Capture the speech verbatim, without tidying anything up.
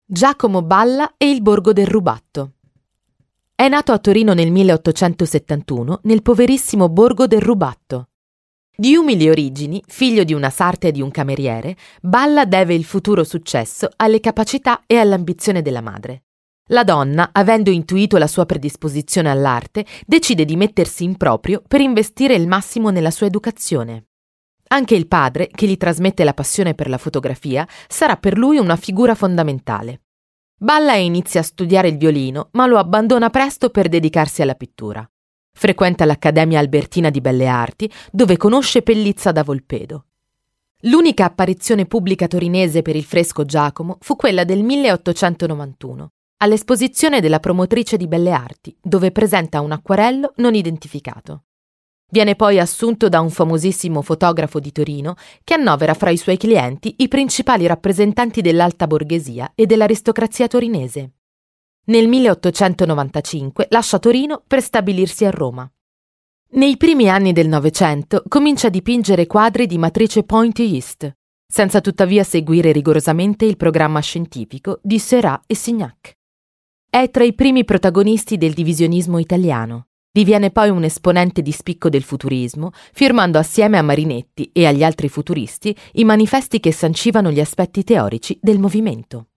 Giacomo Balla e il borgo del Rubatto. È nato a Torino nel milleottocentosettantuno nel poverissimo borgo del Rubatto. Di umili origini, figlio di una sarta e di un cameriere, Balla deve il futuro successo alle capacità e all'ambizione della madre. La donna, avendo intuito la sua predisposizione all'arte, decide di mettersi in proprio per investire il massimo nella sua educazione. Anche il padre, che gli trasmette la passione per la fotografia, sarà per lui una figura fondamentale. Balla inizia a studiare il violino, ma lo abbandona presto per dedicarsi alla pittura. Frequenta l'Accademia Albertina di Belle Arti, dove conosce Pellizza da Volpedo. L'unica apparizione pubblica torinese per il fresco Giacomo fu quella del milleottocentonovantuno, all'esposizione della promotrice di Belle Arti, dove presenta un acquarello non identificato. Viene poi assunto da un famosissimo fotografo di Torino che annovera fra i suoi clienti i principali rappresentanti dell'alta borghesia e dell'aristocrazia torinese. Nel milleottocentonovantacinque lascia Torino per stabilirsi a Roma. Nei primi anni del Novecento comincia a dipingere quadri di matrice pointilliste, senza tuttavia seguire rigorosamente il programma scientifico di Seurat e Signac. È tra i primi protagonisti del divisionismo italiano. Diviene poi un esponente di spicco del futurismo, firmando assieme a Marinetti e agli altri futuristi i manifesti che sancivano gli aspetti teorici del movimento.